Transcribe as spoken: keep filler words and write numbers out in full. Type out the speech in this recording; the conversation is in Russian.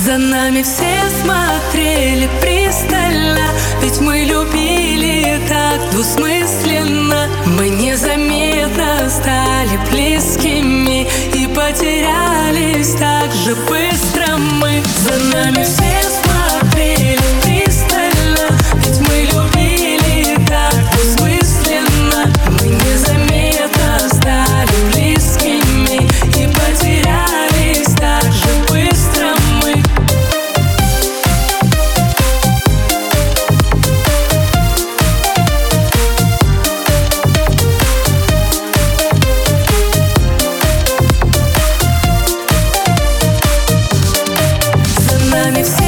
За нами все смотрели пристально, ведь мы любили так двусмысленно. Мы незаметно стали близкими и потерялись так же быстро мы. За нами все смотрели пристально, ведь мы любили так двусмысленно. Мы незаметно стали близкими и потерялись так же быстро мы. За нами все